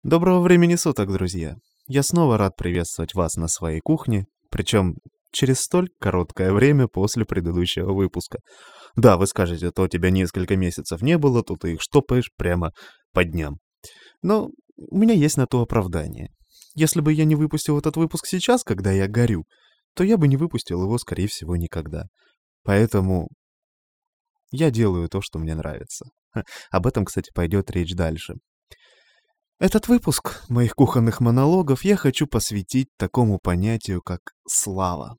Доброго времени суток, друзья! Я снова рад приветствовать вас на своей кухне, причем через столь короткое время после предыдущего выпуска. Да, вы скажете, то тебя несколько месяцев не было, то ты их штопаешь прямо по дням. Но у меня есть на то оправдание. Если бы я не выпустил этот выпуск сейчас, когда я горю, то я бы не выпустил его, скорее всего, никогда. Поэтому я делаю то, что мне нравится. Об этом, кстати, пойдет речь дальше. Этот выпуск моих кухонных монологов я хочу посвятить такому понятию, как слава.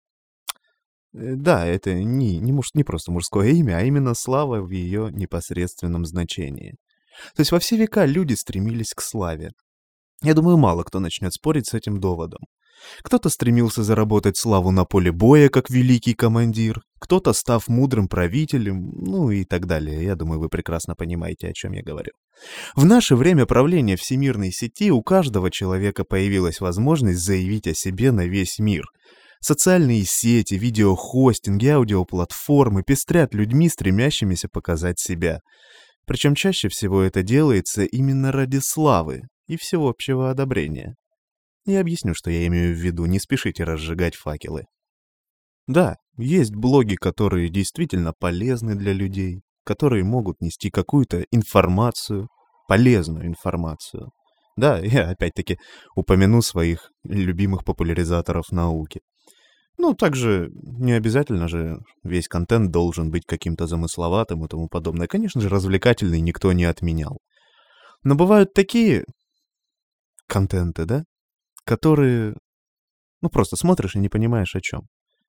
Да, это не просто мужское имя, а именно слава в ее непосредственном значении. То есть во все века люди стремились к славе. Я думаю, мало кто начнет спорить с этим доводом. Кто-то стремился заработать славу на поле боя, как великий командир, кто-то став мудрым правителем, ну и так далее. Я думаю, вы прекрасно понимаете, о чем я говорю. В наше время правления всемирной сети у каждого человека появилась возможность заявить о себе на весь мир. Социальные сети, видеохостинги, аудиоплатформы пестрят людьми, стремящимися показать себя. Причем чаще всего это делается именно ради славы и всеобщего одобрения. Я объясню, что я имею в виду, не спешите разжигать факелы. Да, есть блоги, которые действительно полезны для людей, которые могут нести какую-то информацию, полезную информацию. Да, я опять-таки упомяну своих любимых популяризаторов науки. Ну, также не обязательно же весь контент должен быть каким-то замысловатым и тому подобное. Конечно же, развлекательный никто не отменял. Но бывают такие контенты, да, которые, ну, просто смотришь и не понимаешь, о чем.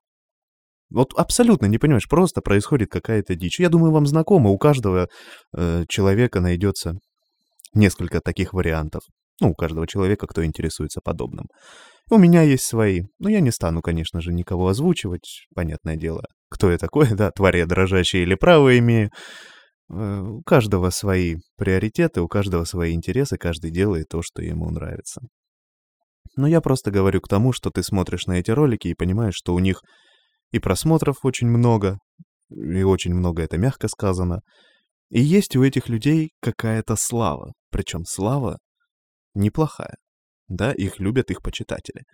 Вот абсолютно не понимаешь, просто происходит какая-то дичь. Я думаю, вам знакомо, у каждого человека найдется несколько таких вариантов. Ну, у каждого человека, кто интересуется подобным. У меня есть свои. Но я не стану, конечно же, никого озвучивать. Понятное дело, кто я такой, да, тварь я дрожащая или право имею. У каждого свои приоритеты, у каждого свои интересы, каждый делает то, что ему нравится. Но я просто говорю к тому, что ты смотришь на эти ролики и понимаешь, что у них и просмотров очень много, и очень много это мягко сказано. И есть у этих людей какая-то слава. Причем слава неплохая. Да, их любят их почитатели.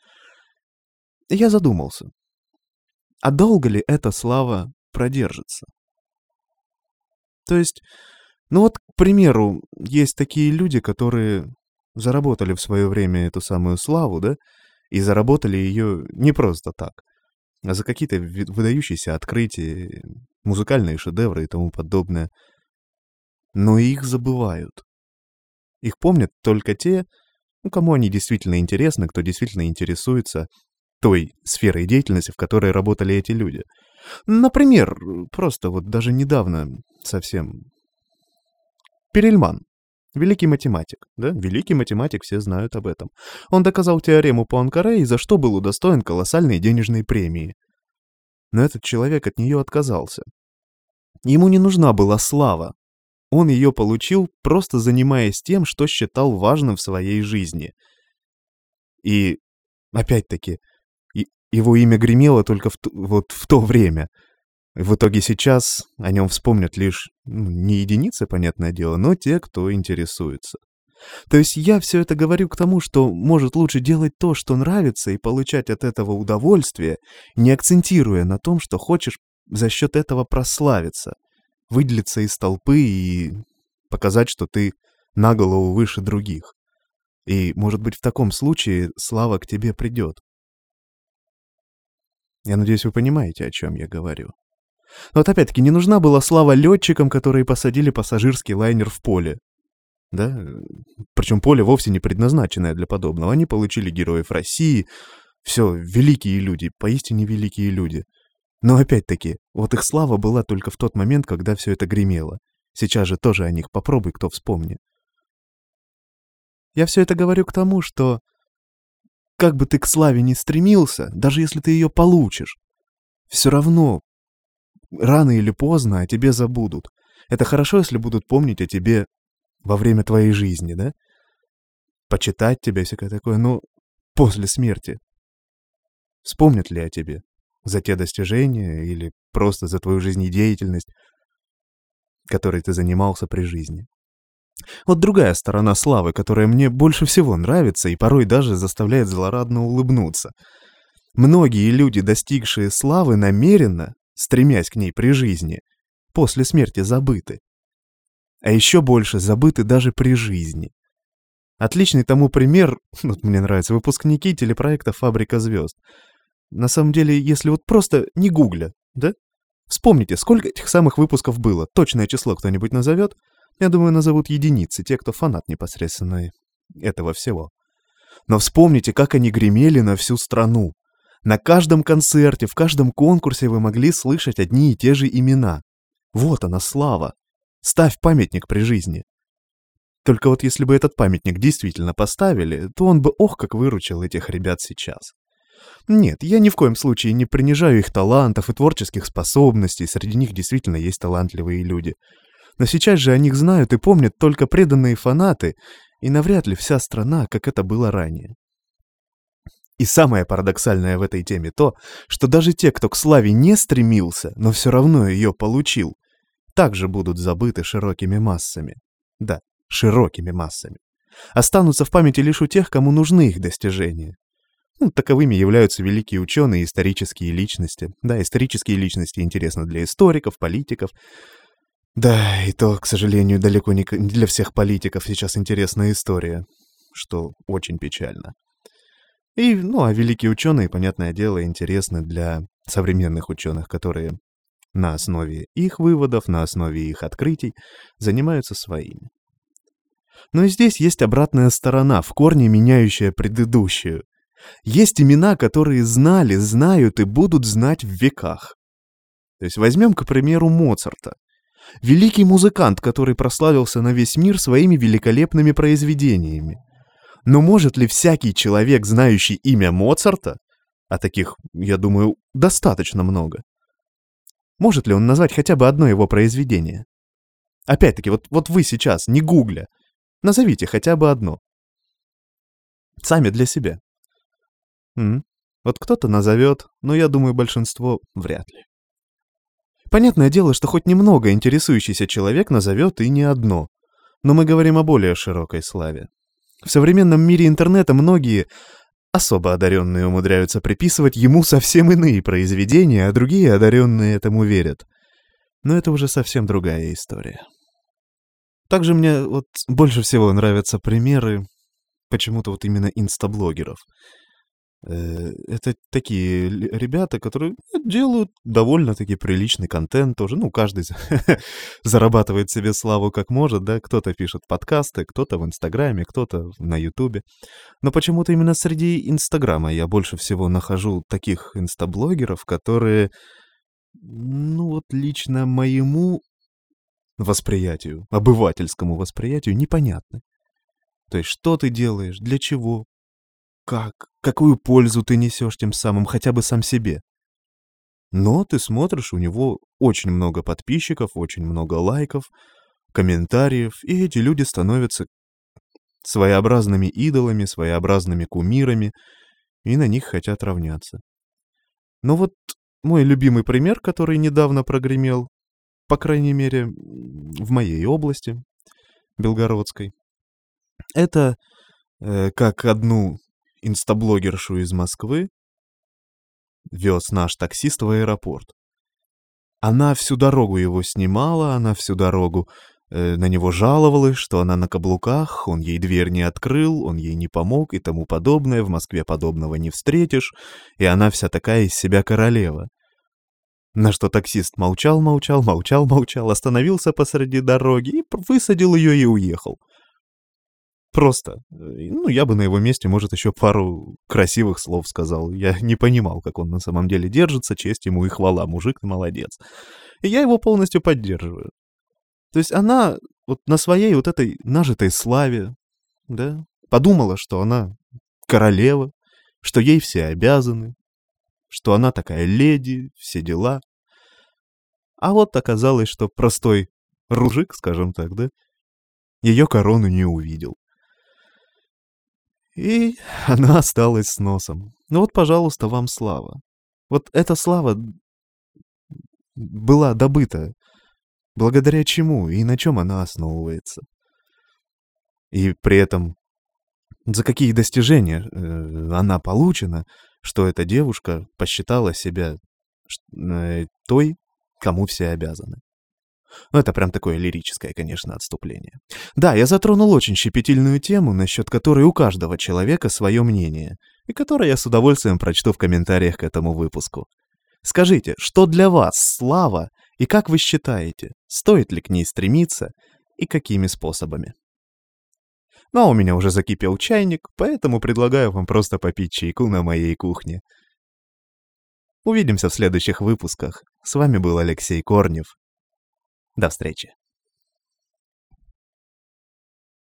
И я задумался, а долго ли эта слава продержится? То есть, ну вот, к примеру, есть такие люди, которые заработали в свое время эту самую славу, да, и заработали ее не просто так, а за какие-то выдающиеся открытия, музыкальные шедевры и тому подобное. Но их забывают. Их помнят только те, ну, кому они действительно интересны, кто действительно интересуется той сферой деятельности, в которой работали эти люди. Например, просто вот даже недавно совсем Перельман. Великий математик, да? Великий математик, все знают об этом. Он доказал теорему Пуанкаре, и за что был удостоен колоссальной денежной премии. Но этот человек от нее отказался. Ему не нужна была слава. Он ее получил, просто занимаясь тем, что считал важным в своей жизни. И, опять-таки, его имя гремело только вот в то время. В итоге сейчас о нем вспомнят лишь не единицы, понятное дело, но те, кто интересуется. То есть я все это говорю к тому, что может лучше делать то, что нравится, и получать от этого удовольствие, не акцентируя на том, что хочешь за счет этого прославиться, выделиться из толпы и показать, что ты на голову выше других. И, может быть, в таком случае слава к тебе придет. Я надеюсь, вы понимаете, о чем я говорю. Но вот опять-таки не нужна была слава летчикам, которые посадили пассажирский лайнер в поле. Да? Причем поле вовсе не предназначенное для подобного. Они получили героев России. Все, великие люди, поистине великие люди. Но опять-таки, вот их слава была только в тот момент, когда все это гремело. Сейчас же тоже о них попробуй, кто вспомнит. Я все это говорю к тому, что как бы ты к славе ни стремился, даже если ты ее получишь, все равно рано или поздно о тебе забудут. Это хорошо, если будут помнить о тебе во время твоей жизни, да? Почитать тебя, всякое такое, но после смерти. Вспомнят ли о тебе за те достижения или просто за твою жизнедеятельность, которой ты занимался при жизни? Вот другая сторона славы, которая мне больше всего нравится и порой даже заставляет злорадно улыбнуться. Многие люди, достигшие славы намеренно, стремясь к ней при жизни, после смерти забыты. А еще больше забыты даже при жизни. Отличный тому пример, вот мне нравятся выпускники телепроекта «Фабрика звезд». На самом деле, если вот просто не гугля, да? Вспомните, сколько этих самых выпусков было. Точное число кто-нибудь назовет? Я думаю, назовут единицы, те, кто фанат непосредственно этого всего. Но вспомните, как они гремели на всю страну. На каждом концерте, в каждом конкурсе вы могли слышать одни и те же имена. Вот она, слава. Ставь памятник при жизни. Только вот если бы этот памятник действительно поставили, то он бы ох как выручил этих ребят сейчас. Нет, я ни в коем случае не принижаю их талантов и творческих способностей, среди них действительно есть талантливые люди. Но сейчас же о них знают и помнят только преданные фанаты, и навряд ли вся страна, как это было ранее. И самое парадоксальное в этой теме то, что даже те, кто к славе не стремился, но все равно ее получил, также будут забыты широкими массами. Да, широкими массами. Останутся в памяти лишь у тех, кому нужны их достижения. Таковыми являются великие ученые и исторические личности. Да, исторические личности интересны для историков, политиков. Да, и то, к сожалению, далеко не для всех политиков сейчас интересна история, что очень печально. И, а великие ученые, понятное дело, интересны для современных ученых, которые на основе их выводов, на основе их открытий занимаются своими. Но и здесь есть обратная сторона, в корне меняющая предыдущую. Есть имена, которые знали, знают и будут знать в веках. То есть возьмем, к примеру, Моцарта. Великий музыкант, который прославился на весь мир своими великолепными произведениями. Но может ли всякий человек, знающий имя Моцарта, а таких, я думаю, достаточно много, может ли он назвать хотя бы одно его произведение? Опять-таки, вот вы сейчас, не гугля, назовите хотя бы одно. Сами для себя. Вот кто-то назовет, но я думаю, большинство вряд ли. Понятное дело, что хоть немного интересующийся человек назовет и не одно, но мы говорим о более широкой славе. В современном мире интернета многие, особо одаренные, умудряются приписывать ему совсем иные произведения, а другие одаренные этому верят. Но это уже совсем другая история. Также мне вот больше всего нравятся примеры почему-то вот именно инстаблогеров. Это такие ребята, которые делают довольно-таки приличный контент тоже. Каждый зарабатывает себе славу как может, да. Кто-то пишет подкасты, кто-то в Инстаграме, кто-то на Ютубе. Но почему-то именно среди Инстаграма я больше всего нахожу таких инстаблогеров, которые, вот лично моему восприятию, обывательскому восприятию непонятны. То есть что ты делаешь, для чего? Какую пользу ты несешь тем самым, хотя бы сам себе? Но ты смотришь, у него очень много подписчиков, очень много лайков, комментариев, и эти люди становятся своеобразными идолами, своеобразными кумирами, и на них хотят равняться. Но вот мой любимый пример, который недавно прогремел, по крайней мере, в моей области, Белгородской, это как одну инстаблогершу из Москвы вез наш таксист в аэропорт. Она всю дорогу его снимала, она всю дорогу на него жаловалась, что она на каблуках, он ей дверь не открыл, он ей не помог и тому подобное. В Москве подобного не встретишь, и она вся такая из себя королева. На что таксист молчал, остановился посреди дороги и высадил ее и уехал. Просто. Я бы на его месте, может, еще пару красивых слов сказал. Я не понимал, как он на самом деле держится, честь ему и хвала, мужик молодец. И я его полностью поддерживаю. То есть она вот на своей вот этой нажитой славе, да, подумала, что она королева, что ей все обязаны, что она такая леди, все дела. А вот оказалось, что простой мужик, скажем так, да, ее корону не увидел. И она осталась с носом. Вот, пожалуйста, вам слава. Вот эта слава была добыта. Благодаря чему и на чем она основывается? И при этом за какие достижения она получена, что эта девушка посчитала себя той, кому все обязаны. Ну, это прям такое лирическое, конечно, отступление. Да, я затронул очень щепетильную тему, насчет которой у каждого человека свое мнение, и которое я с удовольствием прочту в комментариях к этому выпуску. Скажите, что для вас слава, и как вы считаете, стоит ли к ней стремиться, и какими способами? Ну, а у меня уже закипел чайник, поэтому предлагаю вам просто попить чайку на моей кухне. Увидимся в следующих выпусках. С вами был Алексей Корнев. До встречи.